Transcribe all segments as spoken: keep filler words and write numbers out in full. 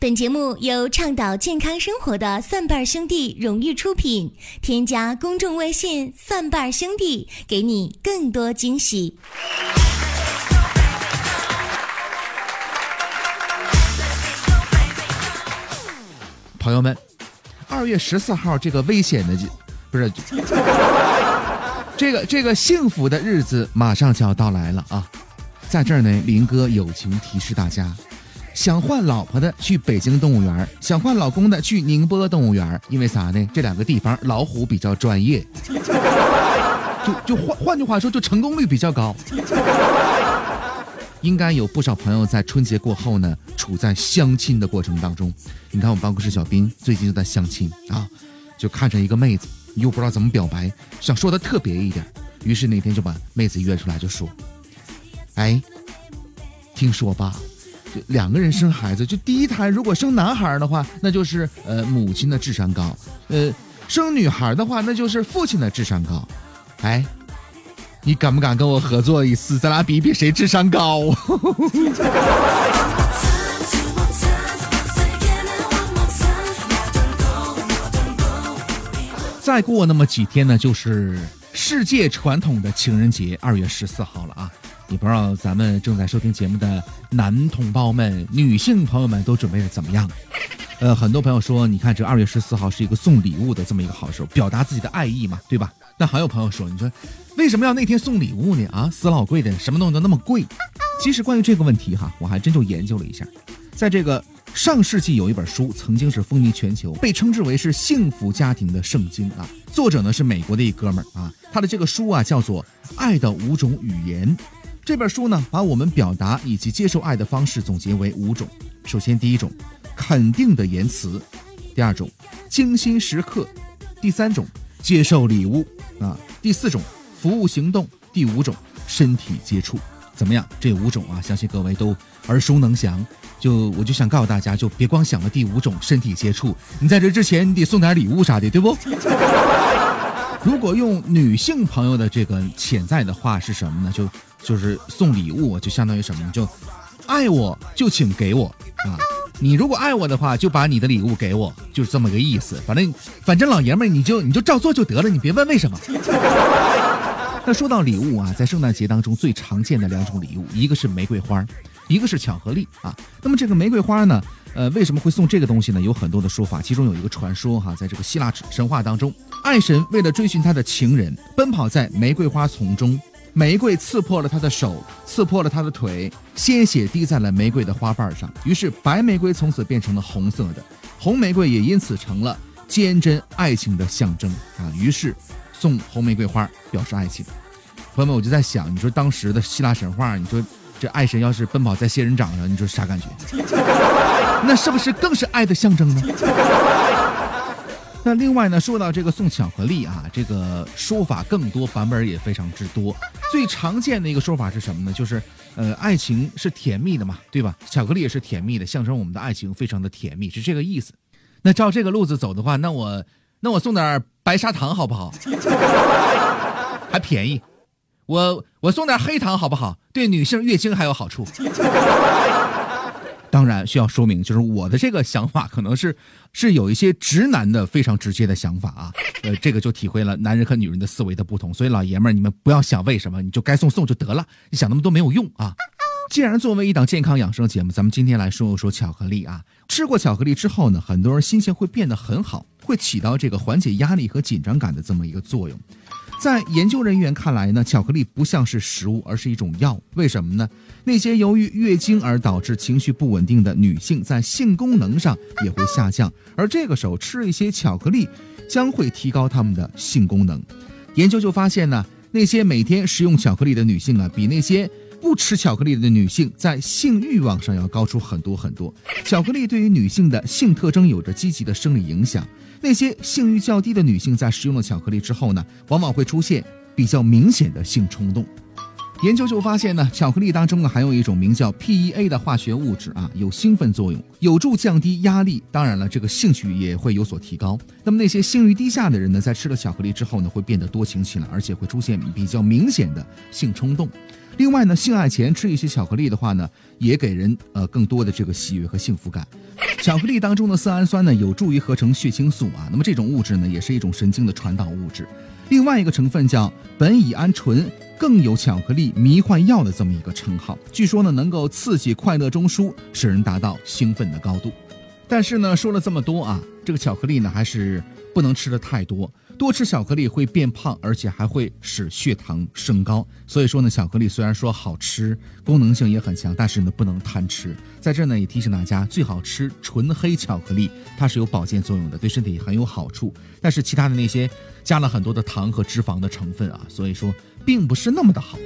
本节目由倡导健康生活的蒜瓣兄弟荣誉出品，添加公众微信蒜瓣兄弟，给你更多惊喜。 朋友们，二月十四号这个危险的，不是这个这个幸福的日子马上就要到来了啊！在这儿呢，林哥友情提示大家。想换老婆的去北京动物园，想换老公的去宁波动物园，因为啥呢？这两个地方老虎比较专业，就就换换句话说，就成功率比较高。应该有不少朋友在春节过后呢，处在相亲的过程当中。你看我办公室小斌最近就在相亲啊，就看着一个妹子，又不知道怎么表白，想说的特别一点，于是那天就把妹子约出来，就说：“哎，听说吧。”就两个人生孩子，就第一胎如果生男孩的话，那就是呃母亲的智商高；呃生女孩的话，那就是父亲的智商高。哎，你敢不敢跟我合作一次？咱俩比比谁智商高？再过那么几天呢，就是世界传统的情人节，二月十四号了啊！也不知道咱们正在收听节目的男同胞们、女性朋友们都准备的怎么样？呃，很多朋友说，你看这二月十四号是一个送礼物的这么一个好时候，表达自己的爱意嘛，对吧？但还有朋友说，你说为什么要那天送礼物呢？啊，死老贵的，什么东西都那么贵。其实关于这个问题哈，我还真就研究了一下，在这个上世纪有一本书曾经是风靡全球，被称之为是幸福家庭的圣经啊。作者呢是美国的一哥们儿啊，他的这个书啊叫做《爱的五种语言》。这本书呢，把我们表达以及接受爱的方式总结为五种。首先，第一种，肯定的言辞；第二种，精心时刻；第三种，接受礼物啊；第四种，服务行动；第五种，身体接触。怎么样？这五种啊，相信各位都耳熟能详。就我就想告诉大家，就别光想了第五种身体接触，你在这之前你得送点礼物啥的，对不？如果用女性朋友的这个潜在的话是什么呢？就就是送礼物，就相当于什么呢？就爱我就请给我啊！你如果爱我的话，就把你的礼物给我，就是这么个意思。反正反正老爷们儿你就你就照做就得了，你别问为什么。那说到礼物啊，在圣诞节当中最常见的两种礼物，一个是玫瑰花，一个是巧克力啊。那么这个玫瑰花呢，呃，为什么会送这个东西呢？有很多的说法，其中有一个传说哈，在这个希腊神话当中，爱神为了追寻他的情人，奔跑在玫瑰花丛中，玫瑰刺破了他的手，刺破了他的腿，鲜血滴在了玫瑰的花瓣上，于是白玫瑰从此变成了红色的，红玫瑰也因此成了坚贞爱情的象征啊。于是送红玫瑰花表示爱情。朋友们，我就在想，你说当时的希腊神话，你说这爱神要是奔跑在仙人掌上，你说啥感觉？那是不是更是爱的象征呢？那另外呢，说到这个送巧克力啊，这个说法更多，版本也非常之多。最常见的一个说法是什么呢？就是呃，爱情是甜蜜的嘛，对吧？巧克力也是甜蜜的，象征我们的爱情非常的甜蜜，是这个意思。那照这个路子走的话，那我那我送点白砂糖好不好？还便宜。我我送点黑糖好不好？对女性月经还有好处。当然需要说明，就是我的这个想法可能是是有一些直男的非常直接的想法啊，呃，这个就体会了男人和女人的思维的不同。所以老爷们儿，你们不要想为什么，你就该送送就得了，你想那么多没有用啊。既然作为一档健康养生节目，咱们今天来说一说巧克力啊。吃过巧克力之后呢，很多人心情会变得很好，会起到这个缓解压力和紧张感的这么一个作用。在研究人员看来呢，巧克力不像是食物，而是一种药。为什么呢？那些由于月经而导致情绪不稳定的女性，在性功能上也会下降，而这个时候吃一些巧克力将会提高她们的性功能。研究就发现呢，那些每天食用巧克力的女性啊，比那些不吃巧克力的女性在性欲望上要高出很多很多。巧克力对于女性的性特征有着积极的生理影响。那些性欲较低的女性在食用了巧克力之后呢，往往会出现比较明显的性冲动。 研究就发现呢，巧克力当中呢含有一种名叫 P E A 的化学物质啊，有兴奋作用，有助降低压力。当然了，这个兴趣也会有所提高。那么那些性欲低下的人呢，在吃了巧克力之后呢，会变得多情起来，而且会出现比较明显的性冲动。另外呢，性爱前吃一些巧克力的话呢，也给人呃更多的这个喜悦和幸福感。巧克力当中的色氨酸呢，有助于合成血清素啊，那么这种物质呢，也是一种神经的传导物质。另外一个成分叫苯乙胺醇，更有巧克力迷幻药的这么一个称号。据说呢，能够刺激快乐中枢，使人达到兴奋的高度。但是呢，说了这么多啊，这个巧克力呢，还是不能吃的太多。多吃巧克力会变胖，而且还会使血糖升高。所以说呢，巧克力虽然说好吃，功能性也很强，但是呢，不能贪吃。在这呢，也提醒大家，最好吃纯黑巧克力，它是有保健作用的，对身体很有好处。但是其他的那些加了很多的糖和脂肪的成分啊，所以说并不是那么的好。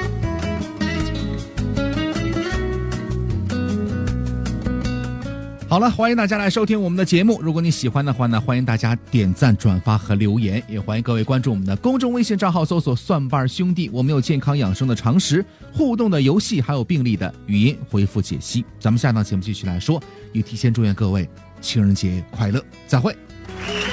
好了，欢迎大家来收听我们的节目。如果你喜欢的话呢，欢迎大家点赞、转发和留言，也欢迎各位关注我们的公众微信账号，搜索蒜瓣兄弟。我们有健康养生的常识、互动的游戏，还有病例的语音回复解析。咱们下档节目继续来说，也提前祝愿各位情人节快乐，再会。